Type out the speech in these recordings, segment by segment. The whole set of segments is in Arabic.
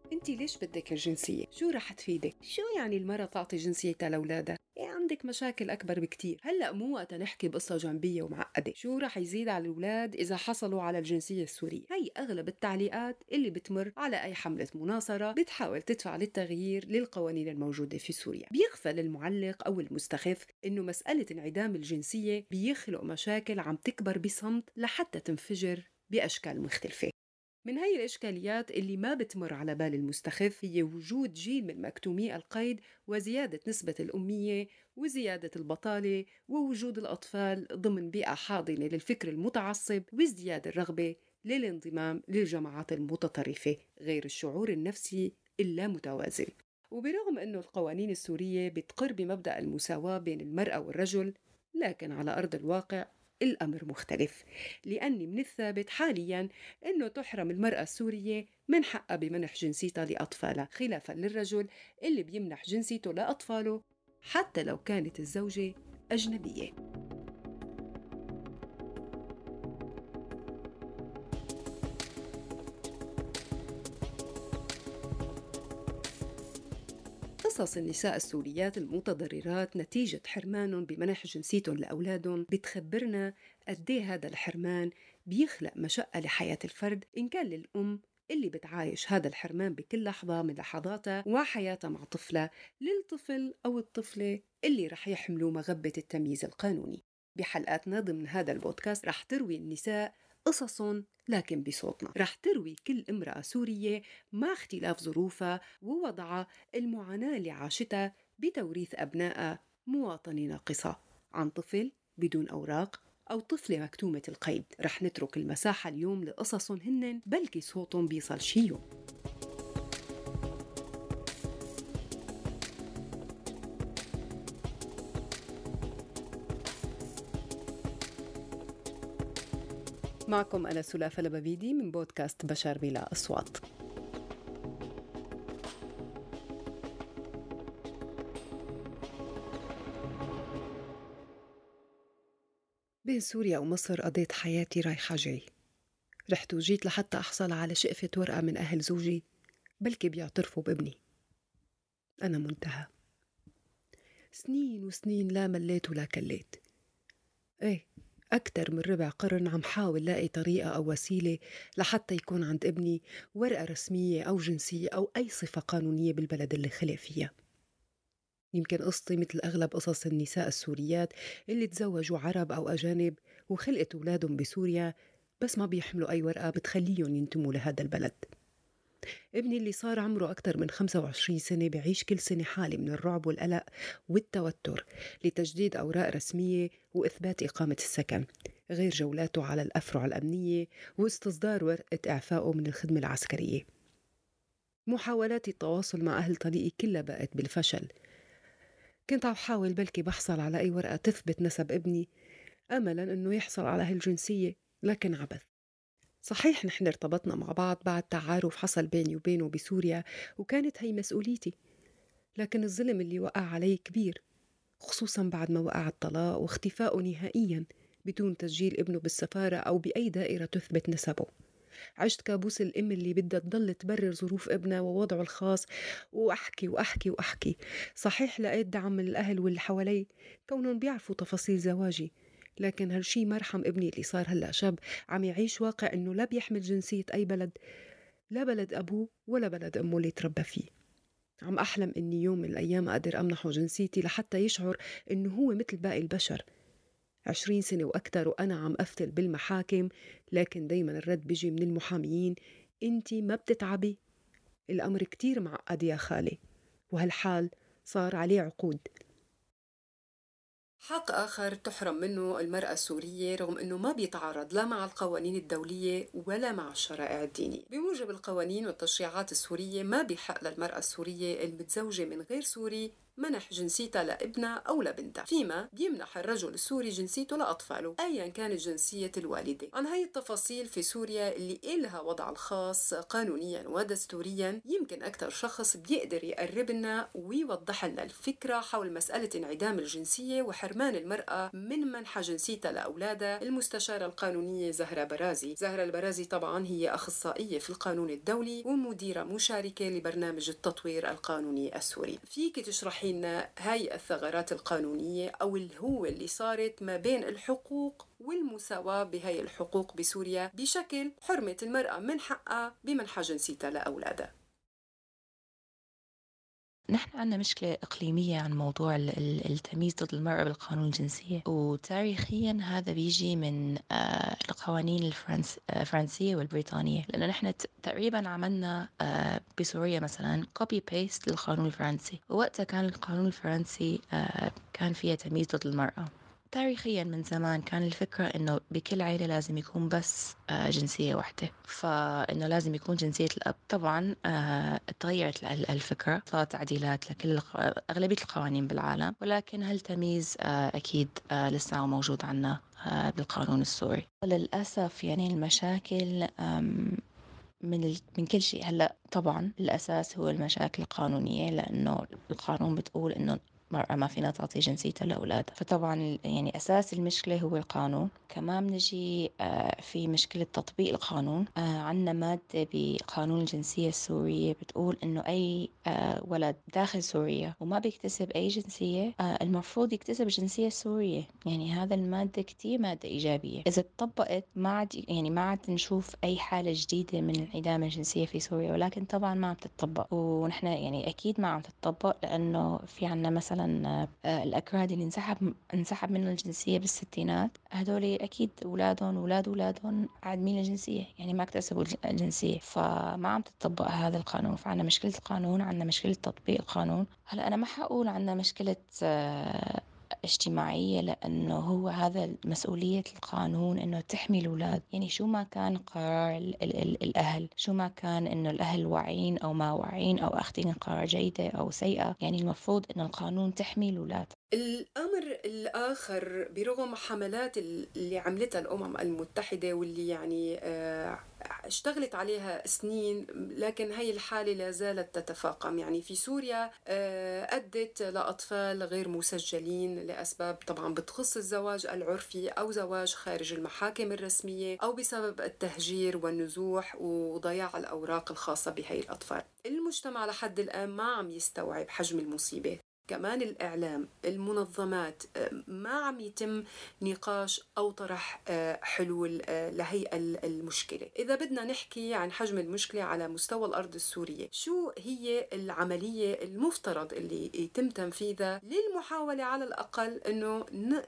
انتي ليش بدك الجنسية؟ شو رح تفيدك؟ شو يعني المرأة تعطي جنسيتها لأولادها؟ عندك مشاكل أكبر بكتير. هلأ مو وقت نحكي بقصة جانبية ومعقدة. شو رح يزيد على الأولاد إذا حصلوا على الجنسية السورية؟ هي أغلب التعليقات اللي بتمر على أي حملة مناصرة بتحاول تدفع للتغيير للقوانين الموجودة في سوريا. بيغفل المعلق أو المستخف إنه مسألة انعدام الجنسية بيخلق مشاكل عم تكبر بصمت لحتى تنفجر بأشكال مختلفة. من هاي الإشكاليات اللي ما بتمر على بال المستخف هي وجود جيل من مكتومي القيد وزيادة نسبة الأمية وزيادة البطالة ووجود الأطفال ضمن بيئة حاضنة للفكر المتعصب وازدياد الرغبة للانضمام للجماعات المتطرفة غير الشعور النفسي اللامتوازن. وبرغم أنه القوانين السورية بتقر بمبدأ المساواة بين المرأة والرجل، لكن على أرض الواقع الأمر مختلف، لأن من الثابت حالياً أنه تحرم المرأة السورية من حقها بمنح جنسيتها لأطفالها، خلافاً للرجل اللي بيمنح جنسيته لأطفاله حتى لو كانت الزوجة أجنبية. قصص النساء السوريات المتضررات نتيجة حرمانهم بمنح جنسيتهم لأولادهم بتخبرنا قديه هذا الحرمان بيخلق مشقة لحياة الفرد، إن كان للأم اللي بتعايش هذا الحرمان بكل لحظة من لحظاتها وحياتها مع طفلة، للطفل أو الطفلة اللي رح يحملوا مغبة التمييز القانوني. بحلقاتنا ضمن هذا البودكاست رح تروي النساء قصصهم لكن بصوتنا. رح تروي كل امرأة سورية مع اختلاف ظروفها ووضعها المعاناة اللي عاشتها بتوريث أبنائها مواطنة ناقصة، عن طفل بدون أوراق أو طفلة مكتومة القيد. رح نترك المساحة اليوم لقصصهم هن، بلكي صوتهم بيصل شي يوم. معكم أنا سلافة لبابيدي من بودكاست بشر بلا أصوات. بين سوريا ومصر قضيت حياتي رايحة جاي. رحت وجيت لحتى أحصل على شقفة ورقة من أهل زوجي بلكي بيعترفوا بابني. أنا منتهى. سنين وسنين لا مليت ولا كليت. إيه، أكتر من ربع قرن عم حاول لاقي طريقة أو وسيلة لحتى يكون عند ابني ورقة رسمية أو جنسية أو أي صفة قانونية بالبلد اللي خلق فيها. يمكن قصتي مثل أغلب قصص النساء السوريات اللي تزوجوا عرب أو أجانب وخلقت أولادهم بسوريا بس ما بيحملوا أي ورقة بتخليهم ينتموا لهذا البلد. ابني اللي صار عمره أكثر من 25 سنة بعيش كل سنة حالة من الرعب والقلق والتوتر لتجديد أوراق رسمية وإثبات إقامة السكن، غير جولاته على الأفرع الأمنية واستصدار ورقة إعفائه من الخدمة العسكرية. محاولات التواصل مع أهل طريقي كلها بقت بالفشل. كنت عم حاول بلكي بحصل على أي ورقة تثبت نسب ابني أملاً أنه يحصل على هالجنسية، لكن عبث. صحيح نحن ارتبطنا مع بعض بعد تعارف حصل بيني وبينه بسوريا وكانت هي مسؤوليتي، لكن الظلم اللي وقع علي كبير، خصوصاً بعد ما وقع الطلاق واختفائه نهائياً بدون تسجيل ابنه بالسفارة أو بأي دائرة تثبت نسبه. عشت كابوس الأم اللي بدها تضل تبرر ظروف ابنها ووضعه الخاص، وأحكي وأحكي وأحكي. صحيح لقيت دعم من الأهل واللي حوالي كونهم بيعرفوا تفاصيل زواجي، لكن هالشي ما رحم ابني اللي صار هلأ شاب عم يعيش واقع إنه لا بيحمل جنسية أي بلد، لا بلد أبوه ولا بلد أمه اللي تربى فيه. عم أحلم إني يوم من الأيام أقدر أمنحه جنسيتي لحتى يشعر إنه هو مثل باقي البشر. 20 سنة وأكتر وأنا عم أفتل بالمحاكم، لكن دايما الرد بيجي من المحاميين: أنتي ما بتتعبي، الأمر كتير معقد يا خالي. وهالحال صار عليه عقود. حق آخر تحرم منه المرأة السورية رغم أنه ما بيتعارض لا مع القوانين الدولية ولا مع الشرائع الدينية. بموجب القوانين والتشريعات السورية ما بيحق للمرأة السورية المتزوجة من غير سوري منح جنسيتها لابنها أو لبنتها، فيما بيمنح الرجل السوري جنسيته لأطفاله أيا كانت جنسية الوالدة. عن هاي التفاصيل في سوريا اللي إلها وضع الخاص قانونيا ودستوريا، يمكن أكثر شخص بيقدر يقرب لنا ويوضح لنا الفكرة حول مسألة انعدام الجنسية وحرمان المرأة من منح جنسيتها لأولادها المستشارة القانونية زهرة برازي. زهرة البرازي طبعا هي أخصائية في القانون الدولي ومديرة مشاركة لبرنامج التطوير القانوني السوري. فيك تشرحي لنا هاي الثغرات القانونية أو الهوة اللي صارت ما بين الحقوق والمساواة بهاي الحقوق بسوريا بشكل حرمة المرأة من حقها بمنح جنسيتها لأولادها؟ نحن عندنا مشكلة إقليمية عن موضوع التمييز ضد المرأة بالقانون الجنسية، وتاريخيا هذا بيجي من القوانين الفرنسية والبريطانية، لأن نحن تقريبا عملنا بسوريا مثلا كوبي بيست للقانون الفرنسي، ووقتها كان القانون الفرنسي كان فيها تمييز ضد المرأة. تاريخيا من زمان كان الفكرة إنه بكل عائلة لازم يكون بس جنسية واحدة، فإنه لازم يكون جنسية الأب. طبعا تغيرت الفكرة، صارت تعديلات لكل أغلبية القوانين بالعالم، ولكن هالتمييز أكيد لسه موجود عنا بالقانون السوري. للأسف يعني المشاكل من كل شيء. هلا طبعا الأساس هو المشاكل القانونية، لأنه القانون بتقول إنه المرأة ما فينا تعطي جنسيتها لأولادها، فطبعا يعني أساس المشكلة هو القانون. كمان بنجي في مشكلة تطبيق القانون. عنا مادة بقانون الجنسية السورية بتقول إنه أي ولد داخل سوريا وما بيكتسب أي جنسية المفروض يكتسب الجنسية السورية. يعني هذا المادة كتير مادة إيجابية، إذا اتطبقت ما عاد نشوف أي حالة جديدة من انعدام الجنسية في سوريا، ولكن طبعا ما عم تتطبق، ونحن يعني أكيد ما عم تتطبق لأنه في عنا مثلا الأكراد اللي انسحب منهم الجنسية بالستينات، هدول أكيد أولادهم أولادهم عادمين الجنسية، يعني ما اكتسبوا الجنسية، فما عم تتطبق هذا القانون. فعنا مشكلة القانون، عنا مشكلة تطبيق القانون. هلا أنا ما حقول عنا مشكلة اجتماعية، لأنه هو هذا مسؤولية القانون إنه تحمي الأولاد. يعني شو ما كان قرار ال الأهل، شو ما كان إنه الأهل واعيين أو ما واعيين أو أخذين قرار جيدة أو سيئة، يعني المفروض إنه القانون تحمي الأولاد. الأمر الآخر، برغم حملات اللي عملتها الأمم المتحدة واللي يعني اشتغلت عليها سنين، لكن هاي الحالة لا زالت تتفاقم. يعني في سوريا أدت لأطفال غير مسجلين لأسباب طبعا بتخص الزواج العرفي أو زواج خارج المحاكم الرسمية أو بسبب التهجير والنزوح وضياع الأوراق الخاصة بهاي الأطفال. المجتمع لحد الآن ما عم يستوعب حجم المصيبة. كمان الإعلام، المنظمات، ما عم يتم نقاش أو طرح حلول لهي المشكلة. إذا بدنا نحكي عن حجم المشكلة على مستوى الأرض السورية، شو هي العملية المفترض اللي يتم تنفيذها للمحاولة على الأقل أنه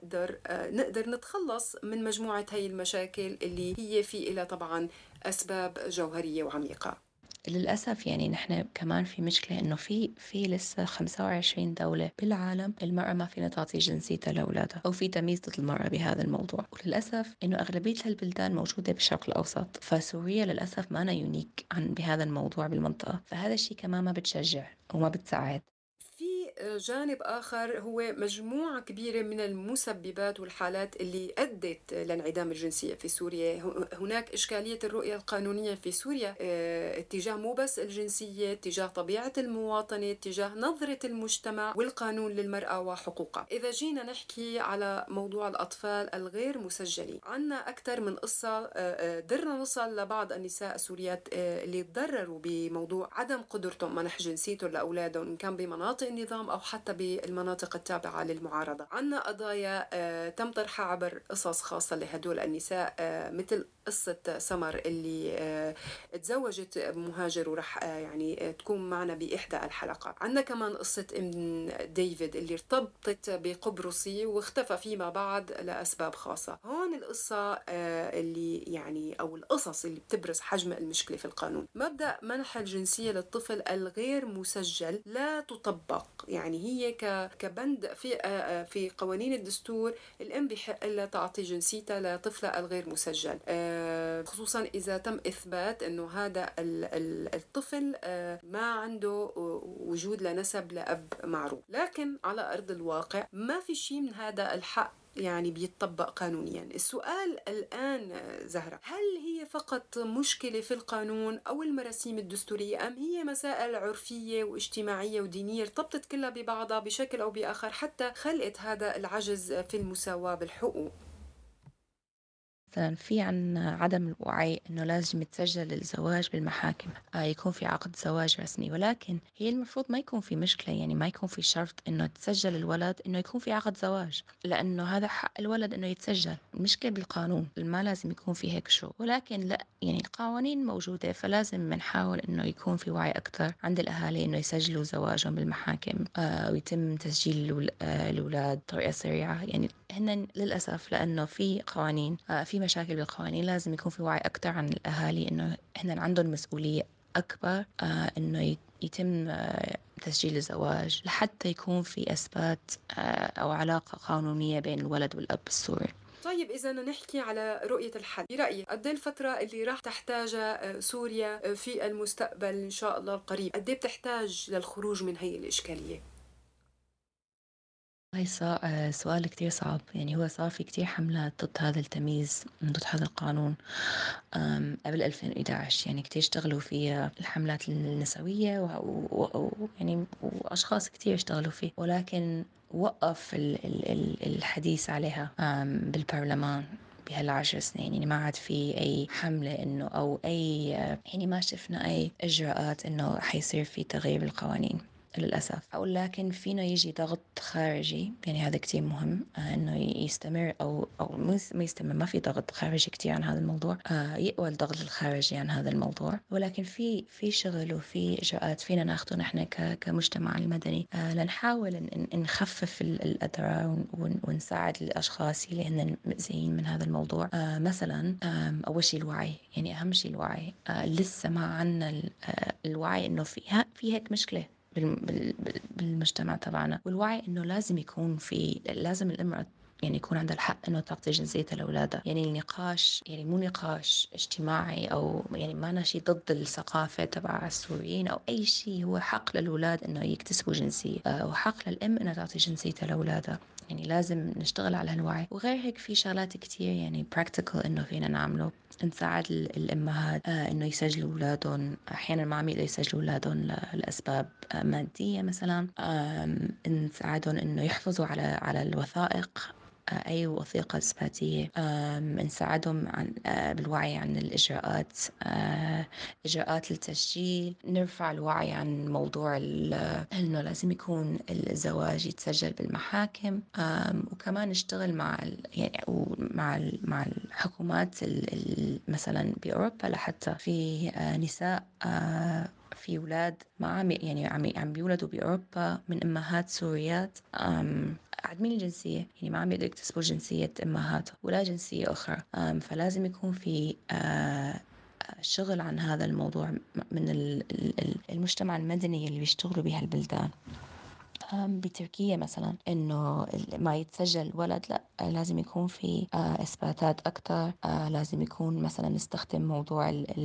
نقدر نتخلص من مجموعة هي المشاكل اللي هي في إلها طبعا أسباب جوهرية وعميقة؟ للأسف يعني نحن كمان في مشكلة إنه في لسه 25 دولة بالعالم المرأة ما فينا تعطي جنسيتها لأولادها، أو في تمييز ضد المرأة بهذا الموضوع. وللأسف إنه أغلبية هالبلدان موجودة بالشرق الأوسط، فسوريا للأسف ما أنا يونيك عن بهذا الموضوع بالمنطقة، فهذا الشيء كمان ما بتشجع وما بتساعد. في جانب آخر هو مجموعة كبيرة من المسببات والحالات اللي أدت لانعدام الجنسية في سوريا. هناك إشكالية الرؤية القانونية في سوريا اتجاه مو بس الجنسية، اتجاه طبيعة المواطنة، اتجاه نظرة المجتمع والقانون للمرأة وحقوقها. إذا جينا نحكي على موضوع الأطفال الغير مسجلين، عنا أكثر من قصة قدرنا نوصل لبعض النساء السوريات اللي تضرروا بموضوع عدم قدرتهم منح جنسيتهم لأولادهم، إن كان بمناطق النظام أو حتى بالمناطق التابعة للمعارضة. عنا قضايا تم طرحها عبر قصص خاصة لهدول النساء، مثل قصة سمر اللي تزوجت مهاجر ورح يعني تكون معنا بإحدى الحلقات. عنا كمان قصة ابن ديفيد اللي ارتبطت بقبرصي واختفى فيما بعد لأسباب خاصة. هون القصة اللي يعني أو القصص اللي بتبرز حجم المشكلة في القانون. مبدأ منح الجنسية للطفل الغير مسجل لا تطبق، يعني هي كبند في قوانين الدستور الأم بحق لها تعطي جنسيتها لطفلها الغير مسجل، خصوصا إذا تم إثبات أنه هذا الطفل ما عنده وجود لنسب لأب معروف. لكن على أرض الواقع ما في شيء من هذا الحق يعني بيتطبق قانونيا. السؤال الآن زهرة، هل هي فقط مشكلة في القانون أو المراسيم الدستورية، أم هي مسائل عرفية واجتماعية ودينية ارتبطت كلها ببعضها بشكل أو بآخر حتى خلقت هذا العجز في المساواة بالحقوق؟ مثلا في عن عدم الوعي أنه لازم يتسجل الزواج بالمحاكم، يكون في عقد زواج رسمي، ولكن هي المفروض ما يكون في مشكلة، يعني ما يكون في شرط أنه تسجل الولد أنه يكون في عقد زواج، لأنه هذا حق الولد أنه يتسجل. المشكلة بالقانون، ما لازم يكون في هيك شو، ولكن لا يعني القوانين موجودة، فلازم نحاول أنه يكون في وعي أكثر عند الأهالي أنه يسجلوا زواجهم بالمحاكم، ويتم تسجيل الأولاد بطريقة سريعة. يعني هن للأسف لأنه في قوانين، في مشاكل بالقوانين، لازم يكون في وعي أكثر عن الأهالي إنه هن عندهم مسؤولية أكبر، إنه يتم تسجيل الزواج لحتى يكون في إثبات أو علاقة قانونية بين الولد والأب السوري. طيب إذا نحكي على رؤية الحل، برأيك قد ايه الفترة اللي راح تحتاجها سوريا في المستقبل إن شاء الله القريب؟ قد ايه بتحتاج للخروج من هي الإشكالية؟ هاي سؤال كتير صعب. يعني هو صار في كتير حملات ضد هذا التمييز، ضد هذا القانون قبل 2011. يعني كتير اشتغلوا فيها الحملات النسوية يعني وأشخاص كتير اشتغلوا فيه، ولكن وقف الحديث عليها بالبرلمان بهال10 سنين. يعني ما عاد في أي حملة إنه أو أي يعني ما شفنا أي إجراءات إنه حيصير في تغيير بالقوانين للأسف. لكن فينا يجي ضغط خارجي، يعني هذا كتير مهم، إنه يستمر أو ما يستمر، ما في ضغط خارجي كتير عن هذا الموضوع، يقوى الضغط الخارجي عن هذا الموضوع. ولكن في شغل وفي إجراءات فينا ناخده نحن كمجتمع المدني، لنحاول نخفف الأضرار ونساعد الأشخاص اللي هن مأذيين من هذا الموضوع. مثلا أول شيء الوعي، يعني أهم شيء الوعي. لسه ما عنا الوعي إنه في هيك مشكلة بالمجتمع تبعنا، والوعي انه لازم يكون لازم الامرأة يعني يكون عندها الحق انه تعطي جنسيتها لاولادها. يعني النقاش يعني مو نقاش اجتماعي او يعني ما شيء ضد الثقافه تبع السوريين او اي شيء، هو حق للاولاد انه يكتسبوا جنسيه، وحق للام انها تعطي جنسيتها لاولادها. يعني لازم نشتغل على هالوعي. وغير هيك في شغلات كتير يعني براكتيكال انه فينا نعمله، نساعد الامهات انه يسجلوا اولادهم. احيانا ما عم يقدروا يسجلوا اولادهم لاسباب ماديه مثلا، نساعدهم انه يحفظوا على الوثائق، أي وثيقة إثباتية. نساعدهم بالوعي عن الإجراءات، إجراءات التسجيل. نرفع الوعي عن موضوع إنه لازم يكون الزواج يتسجل بالمحاكم. وكمان نشتغل يعني مع الحكومات مثلا بأوروبا، لحتى في نساء في أولاد ما عم بيولدوا بأوروبا من أمهات سوريات عدمين الجنسية، يعني ما عم يقدروا يكتسبوا جنسية أمهاتهم ولا جنسية أخرى. فلازم يكون في شغل عن هذا الموضوع من المجتمع المدني اللي بيشتغلوا بهالبلدان. بتركيا مثلا إنه ما يتسجل ولد، لا لازم يكون في إثباتات أكثر. لازم يكون مثلا نستخدم موضوع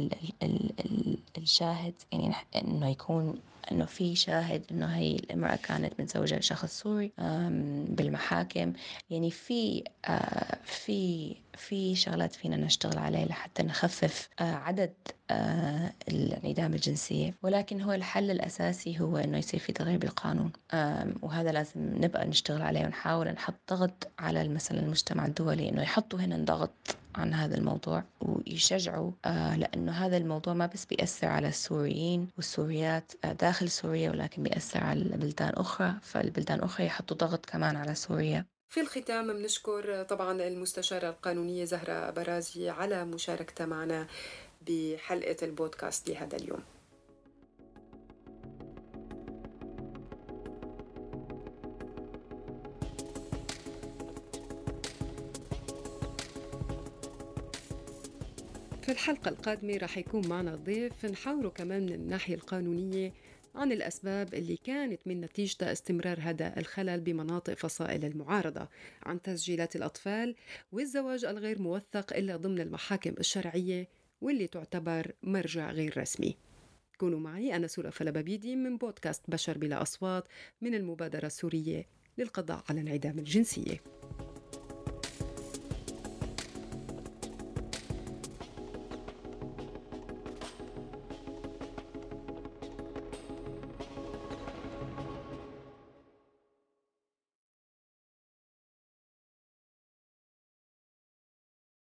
الشاهد، يعني إنه يكون إنه في شاهد إنه هي الامرأة كانت متزوجة لشخص سوري بالمحاكم. يعني في شغلات فينا نشتغل عليه لحتى نخفف عدد الانعدام الجنسية. ولكن هو الحل الأساسي هو إنه يصير في تغيير بالقانون، وهذا لازم نبقى نشتغل عليه ونحاول نحط ضغط على مثلا المجتمع الدولي إنه يحطوا هنا ضغط عن هذا الموضوع ويشجعوا، لأنه هذا الموضوع ما بس بيأثر على السوريين والسوريات داخل سوريا، ولكن بيأثر على بلدان أخرى، فالبلدان أخرى يحطوا ضغط كمان على سوريا. في الختام بنشكر طبعا المستشارة القانونية زهرة برازي على مشاركتها معنا بحلقة البودكاست لهذا اليوم. في الحلقة القادمة رح يكون معنا ضيف نحاوره كمان من الناحية القانونية عن الأسباب اللي كانت من نتيجة استمرار هذا الخلل بمناطق فصائل المعارضة، عن تسجيلات الأطفال والزواج الغير موثق إلا ضمن المحاكم الشرعية واللي تعتبر مرجع غير رسمي. كونوا معي، أنا سورة فلبابيدي من بودكاست بشر بلا أصوات من المبادرة السورية للقضاء على انعدام الجنسية.